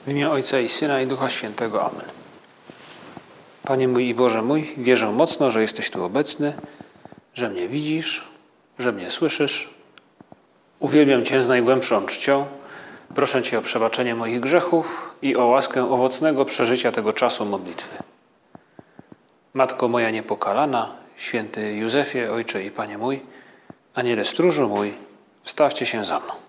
W imię Ojca i Syna i Ducha Świętego. Amen. Panie mój i Boże mój, wierzę mocno, że jesteś tu obecny, że mnie widzisz, że mnie słyszysz. Uwielbiam Cię z najgłębszą czcią. Proszę Cię o przebaczenie moich grzechów i o łaskę owocnego przeżycia tego czasu modlitwy. Matko moja niepokalana, święty Józefie, Ojcze i Panie mój, Aniele stróżu mój, wstawcie się za mną.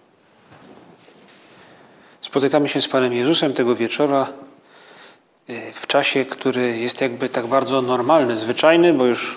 Spotykamy się z Panem Jezusem tego wieczora w czasie, który jest jakby tak bardzo normalny, zwyczajny, bo już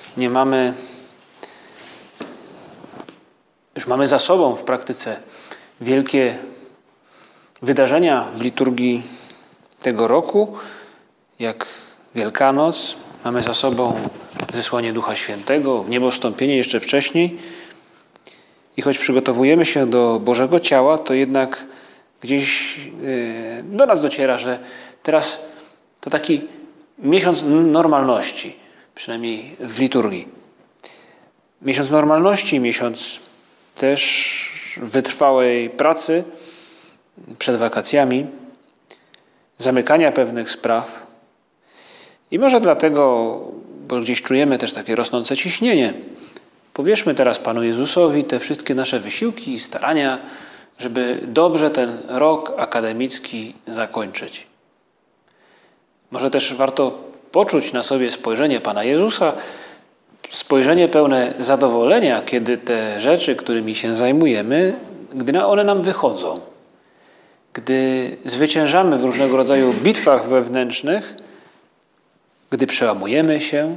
mamy za sobą w praktyce wielkie wydarzenia w liturgii tego roku, jak Wielkanoc. Mamy za sobą zesłanie Ducha Świętego, niebowstąpienie jeszcze wcześniej. I choć przygotowujemy się do Bożego Ciała, to jednak gdzieś do nas dociera, że teraz to taki miesiąc normalności, przynajmniej w liturgii. Miesiąc normalności, miesiąc też wytrwałej pracy przed wakacjami, zamykania pewnych spraw. I może dlatego, bo gdzieś czujemy też takie rosnące ciśnienie, powierzmy teraz Panu Jezusowi te wszystkie nasze wysiłki i starania, żeby dobrze ten rok akademicki zakończyć. Może też warto poczuć na sobie spojrzenie Pana Jezusa, spojrzenie pełne zadowolenia, kiedy te rzeczy, którymi się zajmujemy, gdy one nam wychodzą, gdy zwyciężamy w różnego rodzaju bitwach wewnętrznych, gdy przełamujemy się.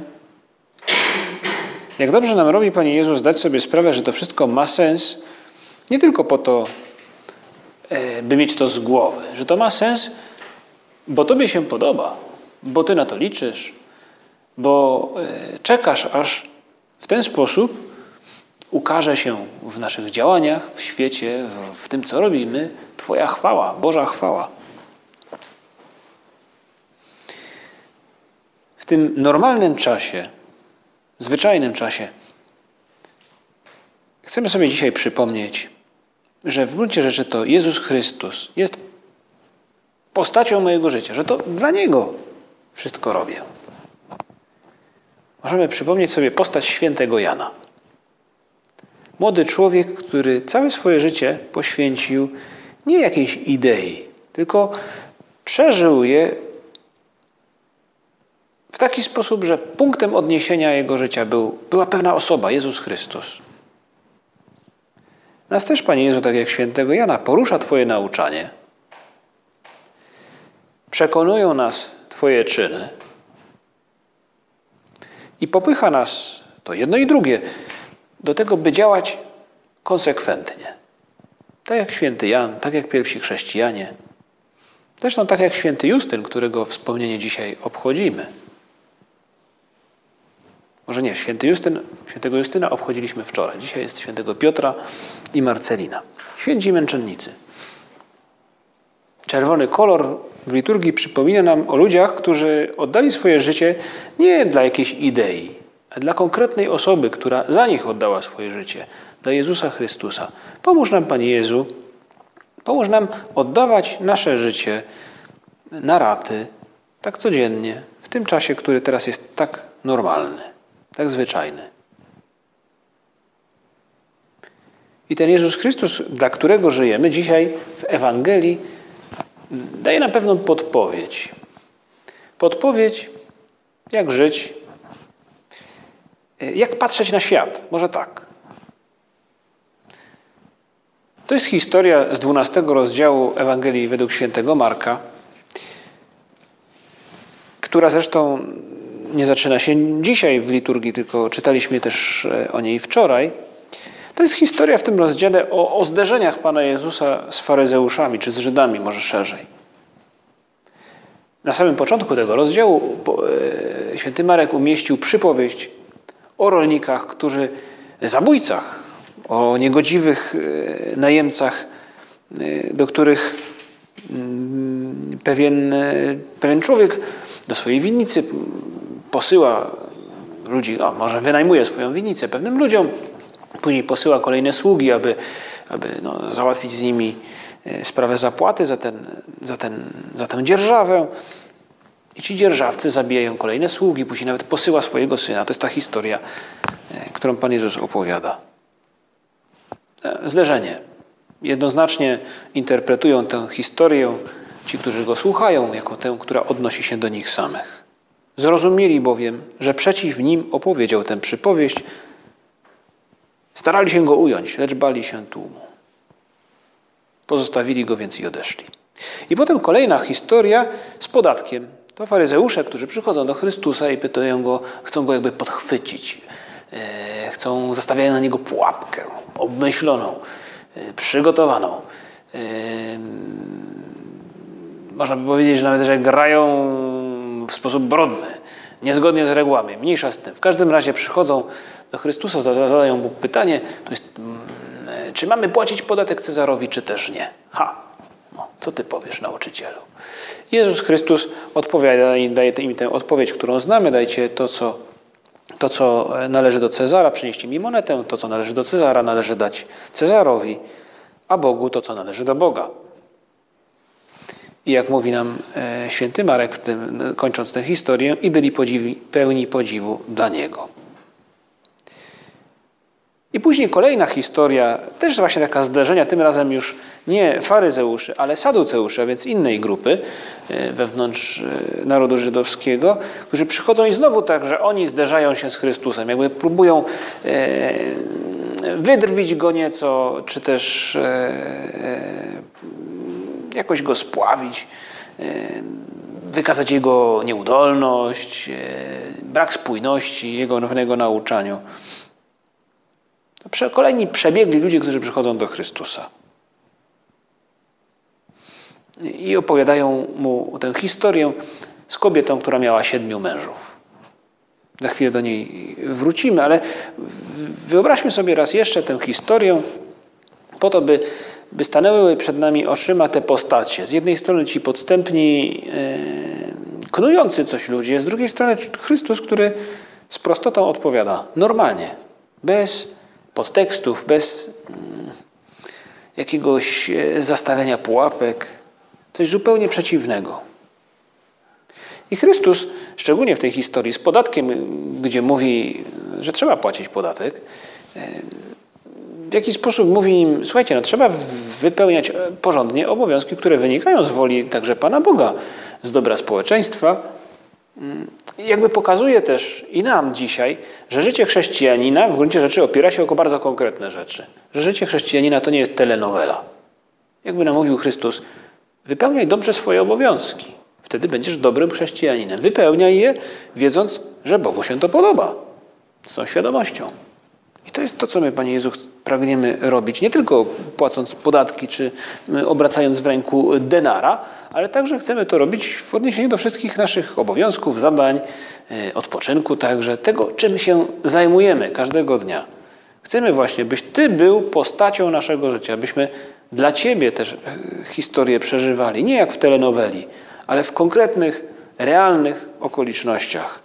Jak dobrze nam robi Panie Jezus dać sobie sprawę, że to wszystko ma sens, nie tylko po to, by mieć to z głowy, że to ma sens, bo Tobie się podoba, bo Ty na to liczysz, bo czekasz, aż w ten sposób ukaże się w naszych działaniach, w świecie, w tym, co robimy, Twoja chwała, Boża chwała. W tym normalnym czasie, zwyczajnym czasie chcemy sobie dzisiaj przypomnieć, że w gruncie rzeczy to Jezus Chrystus jest postacią mojego życia, że to dla Niego wszystko robię. Możemy przypomnieć sobie postać świętego Jana. Młody człowiek, który całe swoje życie poświęcił nie jakiejś idei, tylko przeżył je w taki sposób, że punktem odniesienia jego życia była pewna osoba, Jezus Chrystus. Nas też, Panie Jezu, tak jak świętego Jana, porusza Twoje nauczanie. Przekonują nas Twoje czyny i popycha nas, to jedno i drugie, do tego, by działać konsekwentnie. Tak jak święty Jan, tak jak pierwsi chrześcijanie. Zresztą tak jak święty Justyn, którego wspomnienie dzisiaj obchodzimy. Może nie, świętego Justyna obchodziliśmy wczoraj. Dzisiaj jest świętego Piotra i Marcelina. Święci męczennicy. Czerwony kolor w liturgii przypomina nam o ludziach, którzy oddali swoje życie nie dla jakiejś idei, a dla konkretnej osoby, która za nich oddała swoje życie, dla Jezusa Chrystusa. Pomóż nam, Panie Jezu, pomóż nam oddawać nasze życie na raty, tak codziennie, w tym czasie, który teraz jest tak normalny, tak zwyczajny. I ten Jezus Chrystus, dla którego żyjemy dzisiaj w Ewangelii, daje nam pewną podpowiedź. Podpowiedź, jak żyć, jak patrzeć na świat. Może tak. To jest historia z 12 rozdziału Ewangelii według świętego Marka, która zresztą nie zaczyna się dzisiaj w liturgii, tylko czytaliśmy też o niej wczoraj. To jest historia w tym rozdziale o zderzeniach Pana Jezusa z faryzeuszami, czy z Żydami może szerzej. Na samym początku tego rozdziału święty Marek umieścił przypowieść o rolnikach, zabójcach, o niegodziwych najemcach, do których pewien człowiek do swojej winnicy posyła ludzi, może wynajmuje swoją winnicę pewnym ludziom, później posyła kolejne sługi, aby załatwić z nimi sprawę zapłaty za tę dzierżawę. I ci dzierżawcy zabijają kolejne sługi, później nawet posyła swojego syna. To jest ta historia, którą Pan Jezus opowiada. Zderzenie. Jednoznacznie interpretują tę historię ci, którzy go słuchają, jako tę, która odnosi się do nich samych. Zrozumieli bowiem, że przeciw nim opowiedział tę przypowieść. Starali się go ująć, lecz bali się tłumu. Pozostawili go więc i odeszli. I potem kolejna historia z podatkiem. To faryzeusze, którzy przychodzą do Chrystusa i pytają go, chcą go jakby podchwycić. Zastawiają na niego pułapkę, obmyśloną, przygotowaną. Można by powiedzieć, że nawet, że grają w sposób brodny, niezgodnie z regułami. Mniejsza z tym. W każdym razie przychodzą do Chrystusa, zadają mu pytanie, to jest, czy mamy płacić podatek Cezarowi, czy też nie? Co ty powiesz, nauczycielu? Jezus Chrystus odpowiada i daje im tę odpowiedź, którą znamy. Dajcie to, co należy do Cezara, przynieście mi monetę. To, co należy do Cezara, należy dać Cezarowi, a Bogu to, co należy do Boga. I jak mówi nam święty Marek, kończąc tę historię, i byli pełni podziwu dla Niego. I później kolejna historia, też właśnie taka zderzenia, tym razem już nie faryzeuszy, ale saduceuszy, a więc innej grupy wewnątrz narodu żydowskiego, którzy przychodzą i znowu tak, że oni zderzają się z Chrystusem, jakby próbują wydrwić Go nieco, czy też jakoś Go spławić, wykazać Jego nieudolność, brak spójności Jego nowego nauczaniu. To kolejni przebiegli ludzie, którzy przychodzą do Chrystusa. I opowiadają mu tę historię z kobietą, która miała 7 mężów. Za chwilę do niej wrócimy, ale wyobraźmy sobie raz jeszcze tę historię po to, by stanęły przed nami oczyma te postacie. Z jednej strony ci podstępni, knujący coś ludzie, z drugiej strony Chrystus, który z prostotą odpowiada normalnie, bez podtekstów, bez jakiegoś zastawiania pułapek. Coś zupełnie przeciwnego. I Chrystus, szczególnie w tej historii z podatkiem, gdzie mówi, że trzeba płacić podatek, w jakiś sposób mówi im, słuchajcie, trzeba wypełniać porządnie obowiązki, które wynikają z woli także Pana Boga, z dobra społeczeństwa. Jakby pokazuje też i nam dzisiaj, że życie chrześcijanina w gruncie rzeczy opiera się o bardzo konkretne rzeczy. Że życie chrześcijanina to nie jest telenowela. Jakby nam mówił Chrystus, wypełniaj dobrze swoje obowiązki. Wtedy będziesz dobrym chrześcijaninem. Wypełniaj je, wiedząc, że Bogu się to podoba. Z tą świadomością. I to jest to, co my, Panie Jezu, pragniemy robić. Nie tylko płacąc podatki, czy obracając w ręku denara, ale także chcemy to robić w odniesieniu do wszystkich naszych obowiązków, zadań, odpoczynku także, tego, czym się zajmujemy każdego dnia. Chcemy właśnie, byś Ty był postacią naszego życia, byśmy dla Ciebie też historię przeżywali. Nie jak w telenoweli, ale w konkretnych, realnych okolicznościach.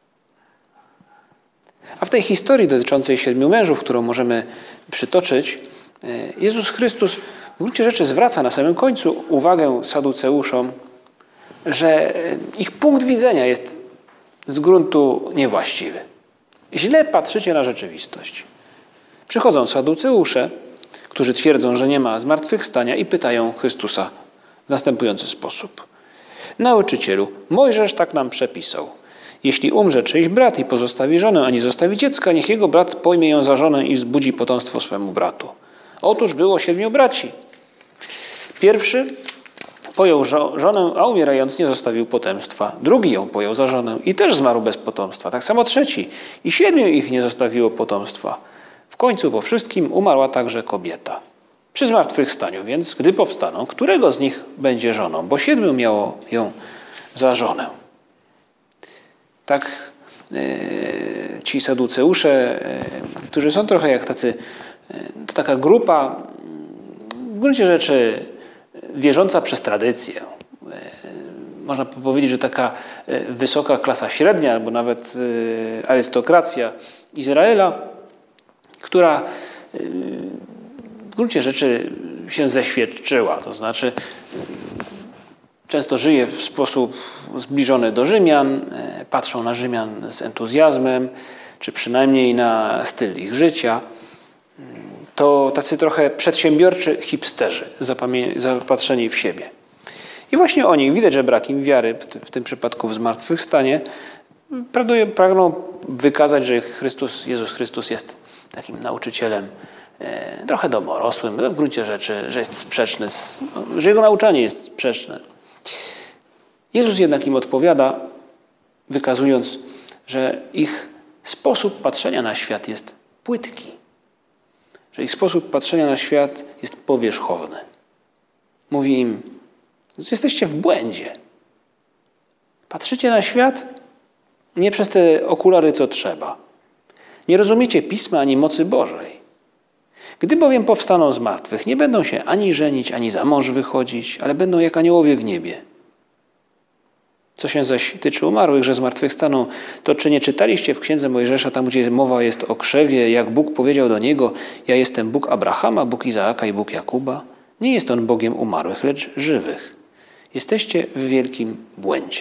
A w tej historii dotyczącej 7 mężów, którą możemy przytoczyć, Jezus Chrystus w gruncie rzeczy zwraca na samym końcu uwagę saduceuszom, że ich punkt widzenia jest z gruntu niewłaściwy. Źle patrzycie na rzeczywistość. Przychodzą saduceusze, którzy twierdzą, że nie ma zmartwychwstania i pytają Chrystusa w następujący sposób. Nauczycielu, Mojżesz tak nam przepisał. Jeśli umrze czyjś brat i pozostawi żonę, a nie zostawi dziecka, niech jego brat pojmie ją za żonę i wzbudzi potomstwo swemu bratu. Otóż było 7 braci. Pierwszy pojął żonę, a umierając nie zostawił potomstwa. Drugi ją pojął za żonę i też zmarł bez potomstwa. Tak samo trzeci. I 7 ich nie zostawiło potomstwa. W końcu po wszystkim umarła także kobieta. Przy zmartwychwstaniu więc, gdy powstaną, którego z nich będzie żoną? Bo 7 miało ją za żonę. Tak ci saduceusze, którzy są trochę jak tacy, to taka grupa, w gruncie rzeczy wierząca przez tradycję. Można powiedzieć, że taka wysoka klasa średnia, albo nawet arystokracja Izraela, która w gruncie rzeczy się zeświadczyła. To znaczy często żyje w sposób zbliżony do Rzymian, patrzą na Rzymian z entuzjazmem, czy przynajmniej na styl ich życia. To tacy trochę przedsiębiorczy hipsterzy, zapatrzeni w siebie. I właśnie oni, widać, że brak im wiary, w tym przypadku w zmartwychwstanie, pragną wykazać, że Jezus Chrystus jest takim nauczycielem trochę domorosłym, w gruncie rzeczy, że jest sprzeczny, że jego nauczanie jest sprzeczne. Jezus jednak im odpowiada, wykazując, że ich sposób patrzenia na świat jest płytki, że ich sposób patrzenia na świat jest powierzchowny. Mówi im, jesteście w błędzie. Patrzycie na świat nie przez te okulary, co trzeba. Nie rozumiecie Pisma ani mocy Bożej. Gdy bowiem powstaną z martwych, nie będą się ani żenić, ani za mąż wychodzić, ale będą jak aniołowie w niebie. Co się zaś tyczy umarłych, że zmartwychwstaną, to czy nie czytaliście w Księdze Mojżesza, tam gdzie mowa jest o krzewie, jak Bóg powiedział do niego, ja jestem Bóg Abrahama, Bóg Izaaka i Bóg Jakuba? Nie jest on Bogiem umarłych, lecz żywych. Jesteście w wielkim błędzie.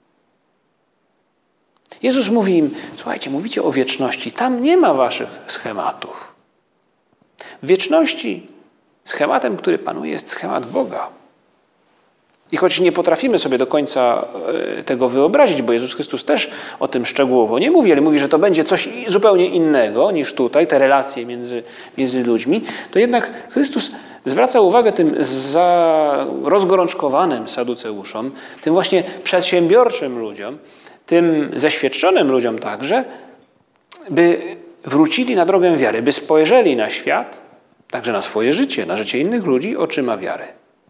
Jezus mówi im, słuchajcie, mówicie o wieczności, tam nie ma waszych schematów. W wieczności schematem, który panuje, jest schemat Boga. I choć nie potrafimy sobie do końca tego wyobrazić, bo Jezus Chrystus też o tym szczegółowo nie mówi, ale mówi, że to będzie coś zupełnie innego niż tutaj, te relacje między ludźmi, to jednak Chrystus zwraca uwagę tym rozgorączkowanym saduceuszom, tym właśnie przedsiębiorczym ludziom, tym zeświadczonym ludziom także, by wrócili na drogę wiary, by spojrzeli na świat, także na swoje życie, na życie innych ludzi oczyma wiary.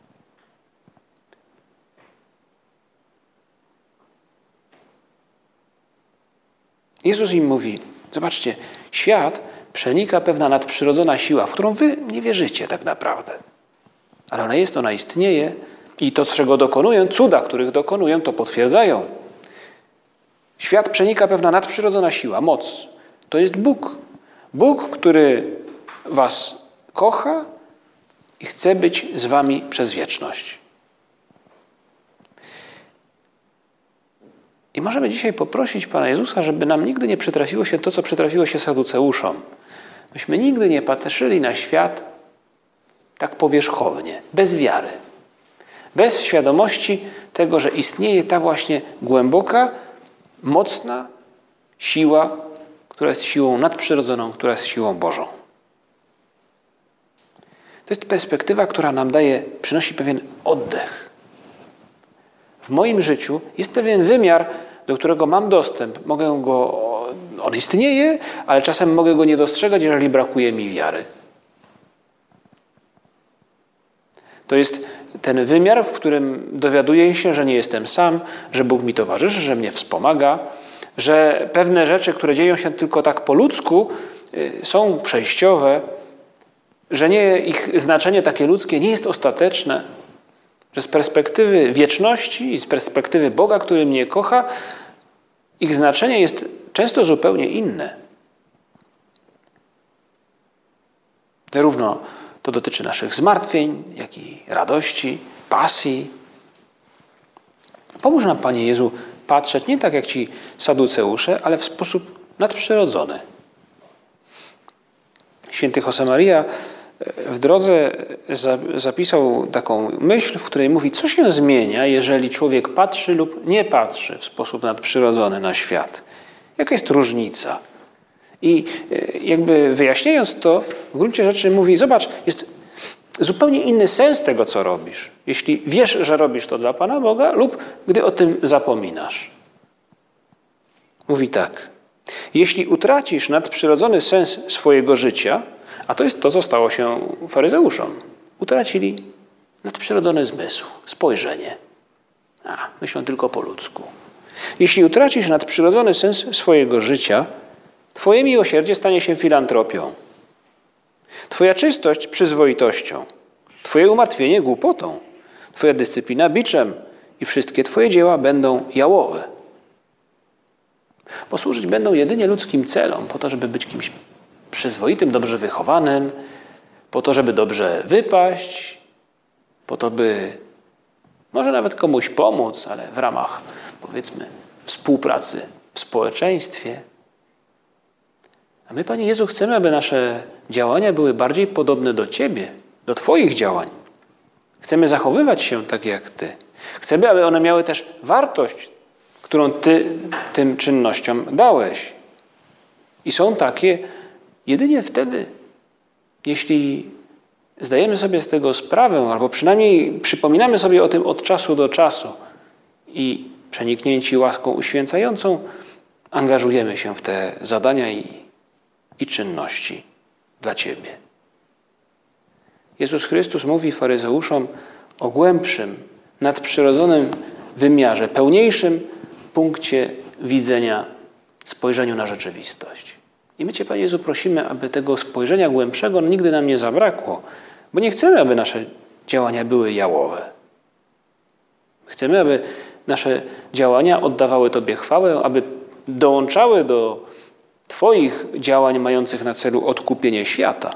Jezus im mówi, zobaczcie, świat przenika pewna nadprzyrodzona siła, w którą wy nie wierzycie tak naprawdę. Ale ona istnieje i to, czego dokonują, cuda, których dokonują, to potwierdzają. Świat przenika pewna nadprzyrodzona siła, moc. To jest Bóg. Bóg, który was kocha i chce być z wami przez wieczność. I możemy dzisiaj poprosić Pana Jezusa, żeby nam nigdy nie przytrafiło się to, co przytrafiło się saduceuszom. Myśmy nigdy nie patrzyli na świat tak powierzchownie, bez wiary. Bez świadomości tego, że istnieje ta właśnie głęboka, mocna siła, która jest siłą nadprzyrodzoną, która jest siłą Bożą. To jest perspektywa, która nam przynosi pewien oddech. W moim życiu jest pewien wymiar, do którego mam dostęp. On istnieje, ale czasem mogę go nie dostrzegać, jeżeli brakuje mi wiary. To jest ten wymiar, w którym dowiaduję się, że nie jestem sam, że Bóg mi towarzyszy, że mnie wspomaga, że pewne rzeczy, które dzieją się tylko tak po ludzku, są przejściowe, że ich znaczenie takie ludzkie nie jest ostateczne, że z perspektywy wieczności i z perspektywy Boga, który mnie kocha, ich znaczenie jest często zupełnie inne. Zarówno to dotyczy naszych zmartwień, jak i radości, pasji. Pomóż nam, Panie Jezu, patrzeć nie tak jak ci saduceusze, ale w sposób nadprzyrodzony. Święty Josemaria w drodze zapisał taką myśl, w której mówi, co się zmienia, jeżeli człowiek patrzy lub nie patrzy w sposób nadprzyrodzony na świat. Jaka jest różnica? I jakby wyjaśniając to, w gruncie rzeczy mówi, zobacz, jest zupełnie inny sens tego, co robisz. Jeśli wiesz, że robisz to dla Pana Boga lub gdy o tym zapominasz. Mówi tak, jeśli utracisz nadprzyrodzony sens swojego życia, a to jest to, co stało się faryzeuszom. Utracili nadprzyrodzony zmysł, spojrzenie. Myślą tylko po ludzku. Jeśli utracisz nadprzyrodzony sens swojego życia, twoje miłosierdzie stanie się filantropią. Twoja czystość przyzwoitością. Twoje umartwienie głupotą. Twoja dyscyplina biczem i wszystkie twoje dzieła będą jałowe. Bo służyć będą jedynie ludzkim celom, po to, żeby być kimś przyzwoitym, dobrze wychowanym, po to, żeby dobrze wypaść, po to, by może nawet komuś pomóc, ale w ramach, powiedzmy, współpracy w społeczeństwie. A my, Panie Jezu, chcemy, aby nasze działania były bardziej podobne do Ciebie, do Twoich działań. Chcemy zachowywać się tak jak Ty. Chcemy, aby one miały też wartość, którą Ty tym czynnościom dałeś. I są takie jedynie wtedy, jeśli zdajemy sobie z tego sprawę, albo przynajmniej przypominamy sobie o tym od czasu do czasu i przeniknięci łaską uświęcającą angażujemy się w te zadania i czynności dla Ciebie. Jezus Chrystus mówi faryzeuszom o głębszym, nadprzyrodzonym wymiarze, pełniejszym punkcie widzenia, spojrzeniu na rzeczywistość. I my Cię, Panie Jezu, prosimy, aby tego spojrzenia głębszego nigdy nam nie zabrakło, bo nie chcemy, aby nasze działania były jałowe. Chcemy, aby nasze działania oddawały Tobie chwałę, aby dołączały do Twoich działań mających na celu odkupienie świata.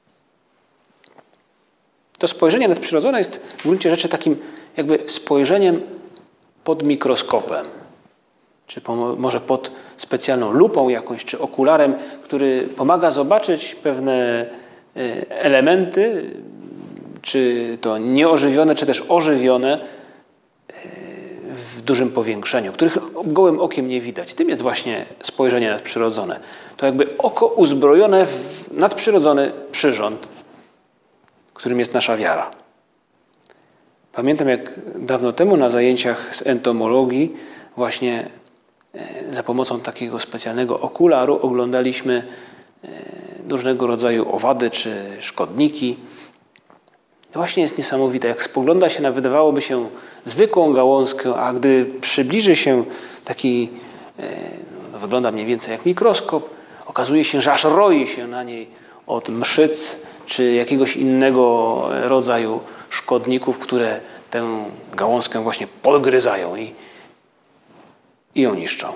To spojrzenie nadprzyrodzone jest w gruncie rzeczy takim jakby spojrzeniem pod mikroskopem, czy może pod specjalną lupą jakąś, czy okularem, który pomaga zobaczyć pewne elementy, czy to nieożywione, czy też ożywione w dużym powiększeniu, których gołym okiem nie widać. Tym jest właśnie spojrzenie nadprzyrodzone. To jakby oko uzbrojone w nadprzyrodzony przyrząd, którym jest nasza wiara. Pamiętam, jak dawno temu na zajęciach z entomologii właśnie za pomocą takiego specjalnego okularu oglądaliśmy różnego rodzaju owady czy szkodniki. To właśnie jest niesamowite. Jak spogląda się na, wydawałoby się, zwykłą gałązkę, a gdy przybliży się taki, wygląda mniej więcej jak mikroskop, okazuje się, że aż roi się na niej od mszyc czy jakiegoś innego rodzaju szkodników, które tę gałązkę właśnie podgryzają i ją niszczą.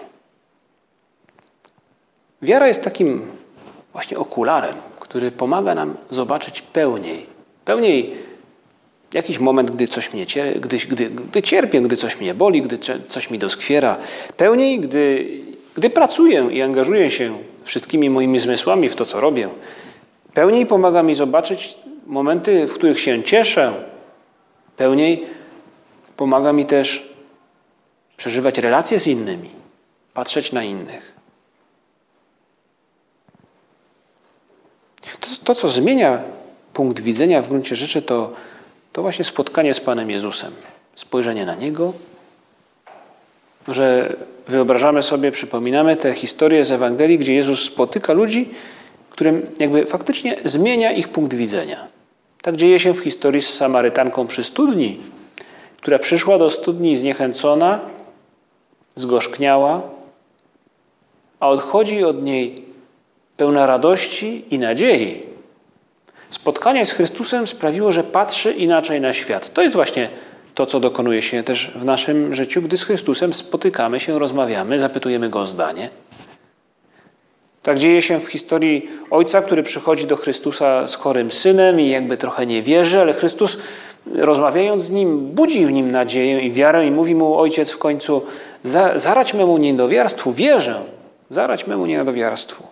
Wiara jest takim właśnie okularem, który pomaga nam zobaczyć pełniej jakiś moment, gdy coś mnie gdy cierpię, gdy coś mnie boli, gdy coś mi doskwiera. Pełniej, gdy pracuję i angażuję się wszystkimi moimi zmysłami w to, co robię. Pełniej pomaga mi zobaczyć momenty, w których się cieszę. Pełniej pomaga mi też przeżywać relacje z innymi, patrzeć na innych. To, co zmienia punkt widzenia w gruncie rzeczy, to właśnie spotkanie z Panem Jezusem. Spojrzenie na Niego, że wyobrażamy sobie, przypominamy te historie z Ewangelii, gdzie Jezus spotyka ludzi, którym jakby faktycznie zmienia ich punkt widzenia. Tak dzieje się w historii z Samarytanką przy studni, która przyszła do studni zniechęcona, zgorzkniała, a odchodzi od niej pełna radości i nadziei. Spotkanie z Chrystusem sprawiło, że patrzy inaczej na świat. To jest właśnie to, co dokonuje się też w naszym życiu, gdy z Chrystusem spotykamy się, rozmawiamy, zapytujemy Go o zdanie. Tak dzieje się w historii ojca, który przychodzi do Chrystusa z chorym synem i jakby trochę nie wierzy, ale Chrystus, rozmawiając z nim, budzi w nim nadzieję i wiarę i mówi mu ojciec w końcu: zarać memu niedowiarstwu, wierzę, zarać memu niedowiarstwu.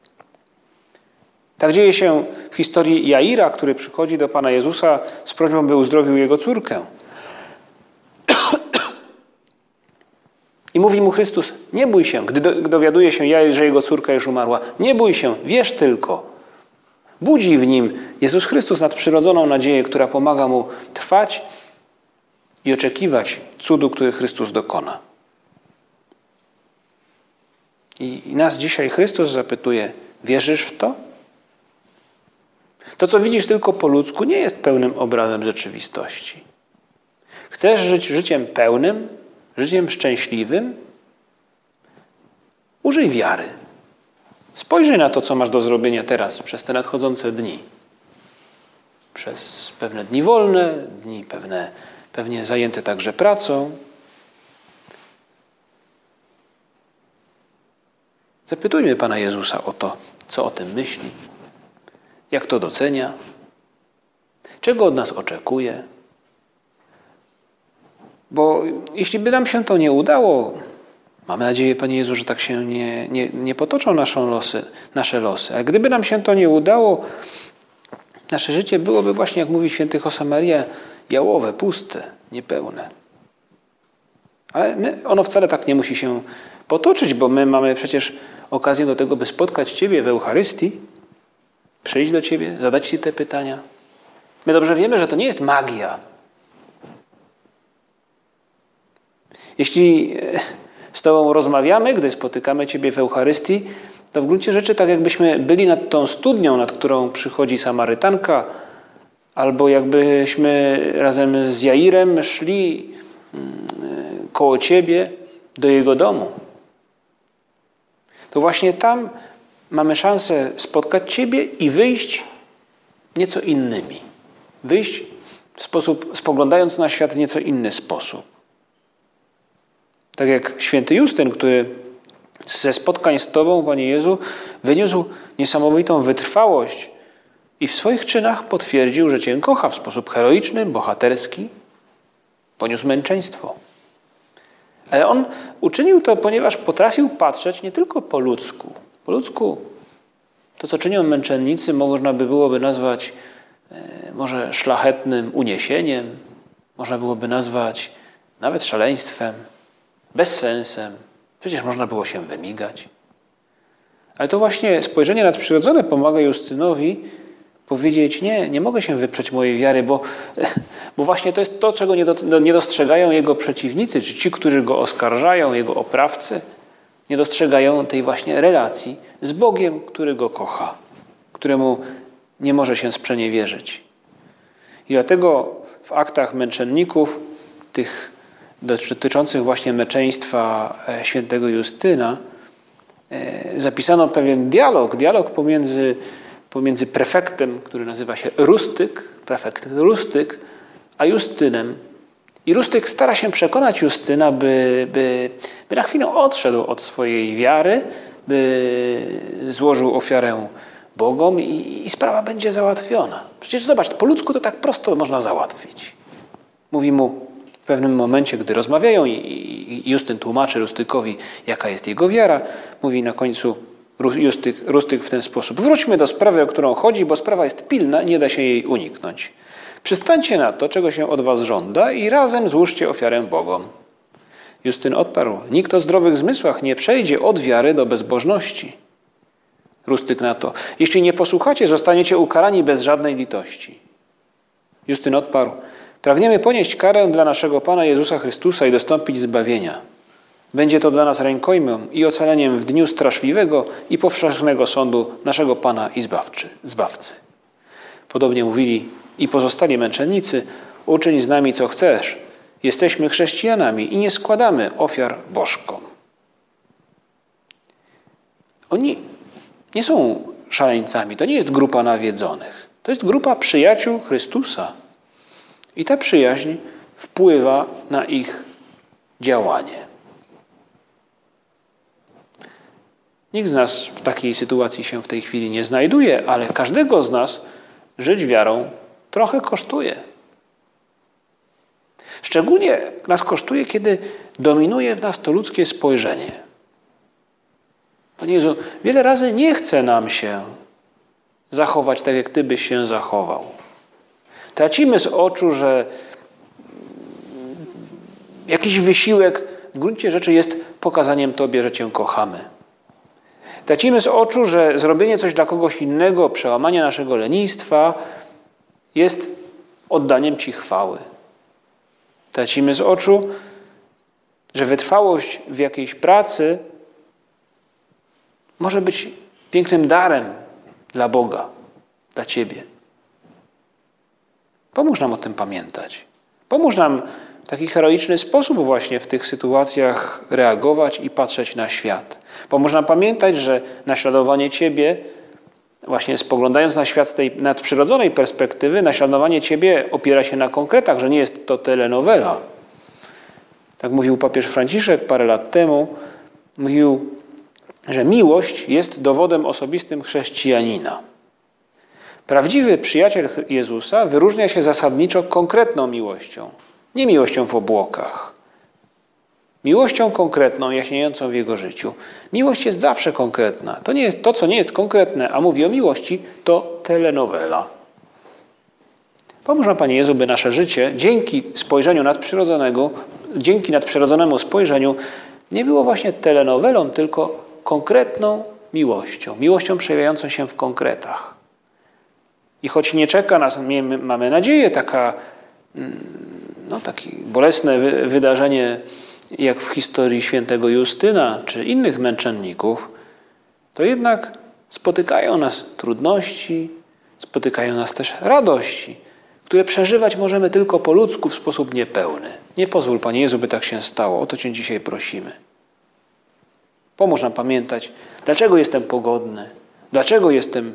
Tak dzieje się w historii Jaira, który przychodzi do Pana Jezusa z prośbą, by uzdrowił jego córkę. I mówi mu Chrystus: nie bój się, gdy dowiaduje się Jair, że jego córka już umarła. Nie bój się, wierz tylko. Budzi w nim Jezus Chrystus nadprzyrodzoną nadzieję, która pomaga mu trwać i oczekiwać cudu, który Chrystus dokona. I nas dzisiaj Chrystus zapytuje: wierzysz w to? To, co widzisz tylko po ludzku, nie jest pełnym obrazem rzeczywistości. Chcesz żyć życiem pełnym, życiem szczęśliwym? Użyj wiary. Spojrzyj na to, co masz do zrobienia teraz, przez te nadchodzące dni. Przez pewne dni wolne, dni pewnie zajęte także pracą. Zapytujmy Pana Jezusa o to, co o tym myśli, jak to docenia, czego od nas oczekuje. Bo jeśli by nam się to nie udało, mamy nadzieję, Panie Jezu, że tak się nie potoczą nasze losy. A gdyby nam się to nie udało, nasze życie byłoby właśnie, jak mówi święty Josemaria, jałowe, puste, niepełne. Ale ono wcale tak nie musi się potoczyć, bo my mamy przecież okazję do tego, by spotkać Ciebie w Eucharystii, przyjść do Ciebie, zadać Ci te pytania. My dobrze wiemy, że to nie jest magia. Jeśli z Tobą rozmawiamy, gdy spotykamy Ciebie w Eucharystii, to w gruncie rzeczy tak jakbyśmy byli nad tą studnią, nad którą przychodzi Samarytanka, albo jakbyśmy razem z Jairem szli koło Ciebie do jego domu. To właśnie tam mamy szansę spotkać Ciebie i wyjść nieco innymi. Wyjść spoglądając na świat w nieco inny sposób. Tak jak święty Justyn, który ze spotkań z Tobą, Panie Jezu, wyniósł niesamowitą wytrwałość i w swoich czynach potwierdził, że Cię kocha w sposób heroiczny, bohaterski, poniósł męczeństwo. Ale on uczynił to, ponieważ potrafił patrzeć nie tylko po ludzku. Po ludzku to, co czynią męczennicy, można by byłoby nazwać może szlachetnym uniesieniem, można byłoby nazwać nawet szaleństwem, bezsensem. Przecież można było się wymigać. Ale to właśnie spojrzenie nadprzyrodzone pomaga Justynowi powiedzieć, nie mogę się wyprzeć mojej wiary, bo właśnie to jest to, czego nie dostrzegają jego przeciwnicy, czy ci, którzy go oskarżają, jego oprawcy, nie dostrzegają tej właśnie relacji z Bogiem, który go kocha, któremu nie może się sprzeniewierzyć. I dlatego w aktach męczenników, tych dotyczących właśnie męczeństwa świętego Justyna, zapisano pewien dialog pomiędzy prefektem, który nazywa się prefekt Rustyk, a Justynem. I Rustyk stara się przekonać Justyna, by na chwilę odszedł od swojej wiary, by złożył ofiarę bogom i sprawa będzie załatwiona. Przecież zobacz, po ludzku to tak prosto można załatwić. Mówi mu w pewnym momencie, gdy rozmawiają i Justyn tłumaczy Rustykowi, jaka jest jego wiara, mówi na końcu Rustyk w ten sposób: wróćmy do sprawy, o którą chodzi, bo sprawa jest pilna, nie da się jej uniknąć. Przystańcie na to, czego się od was żąda i razem złóżcie ofiarę bogom. Justyn odparł: nikt o zdrowych zmysłach nie przejdzie od wiary do bezbożności. Rustyk na to: jeśli nie posłuchacie, zostaniecie ukarani bez żadnej litości. Justyn odparł: pragniemy ponieść karę dla naszego Pana Jezusa Chrystusa i dostąpić zbawienia. Będzie to dla nas rękojmią i ocaleniem w dniu straszliwego i powszechnego sądu naszego Pana i Zbawcy. Podobnie mówili i pozostali męczennicy: uczyń z nami, co chcesz. Jesteśmy chrześcijanami i nie składamy ofiar bożkom. Oni nie są szaleńcami. To nie jest grupa nawiedzonych. To jest grupa przyjaciół Chrystusa. I ta przyjaźń wpływa na ich działanie. Nikt z nas w takiej sytuacji się w tej chwili nie znajduje, ale każdego z nas żyć wiarą trochę kosztuje. Szczególnie nas kosztuje, kiedy dominuje w nas to ludzkie spojrzenie. Panie Jezu, wiele razy nie chce nam się zachować tak, jak Ty byś się zachował. Tracimy z oczu, że jakiś wysiłek w gruncie rzeczy jest pokazaniem Tobie, że Cię kochamy. Tracimy z oczu, że zrobienie coś dla kogoś innego, przełamanie naszego lenistwa jest oddaniem Ci chwały. Tracimy z oczu, że wytrwałość w jakiejś pracy może być pięknym darem dla Boga, dla Ciebie. Pomóż nam o tym pamiętać. Pomóż nam w taki heroiczny sposób właśnie w tych sytuacjach reagować i patrzeć na świat. Pomóż nam pamiętać, że naśladowanie Ciebie, właśnie spoglądając na świat z tej nadprzyrodzonej perspektywy, naśladowanie Ciebie opiera się na konkretach, że nie jest to telenowela. Tak mówił papież Franciszek parę lat temu. Mówił, że miłość jest dowodem osobistym chrześcijanina. Prawdziwy przyjaciel Jezusa wyróżnia się zasadniczo konkretną miłością, nie miłością w obłokach. Miłością konkretną, jaśniejącą w jego życiu. Miłość jest zawsze konkretna. To, co nie jest konkretne, a mówi o miłości, to telenowela. Pomóż nam, Panie Jezu, by nasze życie dzięki spojrzeniu dzięki nadprzyrodzonemu spojrzeniu nie było właśnie telenowelą, tylko konkretną miłością. Miłością przejawiającą się w konkretach. I choć nie czeka nas, mamy nadzieję, takie bolesne wydarzenie jak w historii świętego Justyna czy innych męczenników, to jednak spotykają nas trudności, spotykają nas też radości, które przeżywać możemy tylko po ludzku w sposób niepełny. Nie pozwól, Panie Jezu, by tak się stało. O to Cię dzisiaj prosimy. Pomóż nam pamiętać, dlaczego jestem pogodny, dlaczego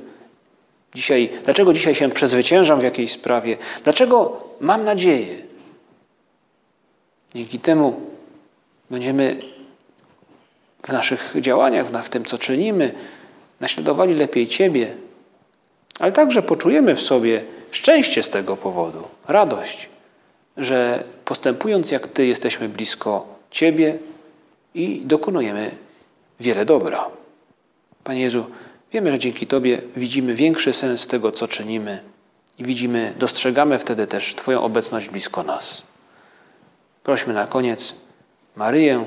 dzisiaj się przezwyciężam w jakiejś sprawie, dlaczego mam nadzieję. Dzięki temu będziemy w naszych działaniach, w tym, co czynimy, naśladowali lepiej Ciebie, ale także poczujemy w sobie szczęście z tego powodu, radość, że postępując jak Ty jesteśmy blisko Ciebie i dokonujemy wiele dobra. Panie Jezu, wiemy, że dzięki Tobie widzimy większy sens tego, co czynimy i dostrzegamy wtedy też Twoją obecność blisko nas. Prośmy na koniec Maryję,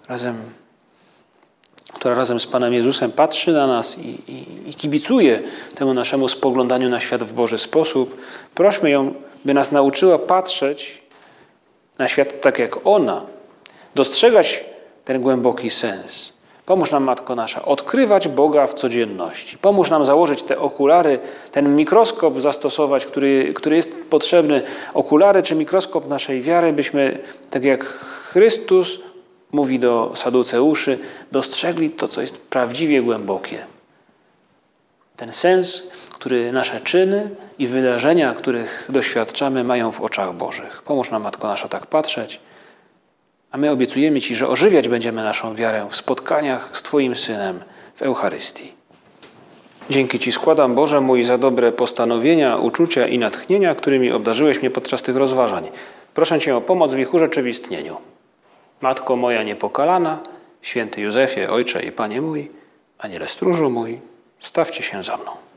która razem z Panem Jezusem patrzy na nas i kibicuje temu naszemu spoglądaniu na świat w Boży sposób. Prośmy ją, by nas nauczyła patrzeć na świat tak jak ona, dostrzegać ten głęboki sens. Pomóż nam, Matko nasza, odkrywać Boga w codzienności. Pomóż nam założyć te okulary, ten mikroskop zastosować, który jest potrzebny. Okulary czy mikroskop naszej wiary, byśmy, tak jak Chrystus mówi do Saduceuszy, dostrzegli to, co jest prawdziwie głębokie. Ten sens, który nasze czyny i wydarzenia, których doświadczamy, mają w oczach Bożych. Pomóż nam, Matko nasza, tak patrzeć, a my obiecujemy Ci, że ożywiać będziemy naszą wiarę w spotkaniach z Twoim Synem w Eucharystii. Dzięki Ci składam, Boże mój, za dobre postanowienia, uczucia i natchnienia, którymi obdarzyłeś mnie podczas tych rozważań. Proszę Cię o pomoc w ich urzeczywistnieniu. Matko moja niepokalana, święty Józefie, Ojcze i Panie mój, Aniele stróżu mój, wstawcie się za mną.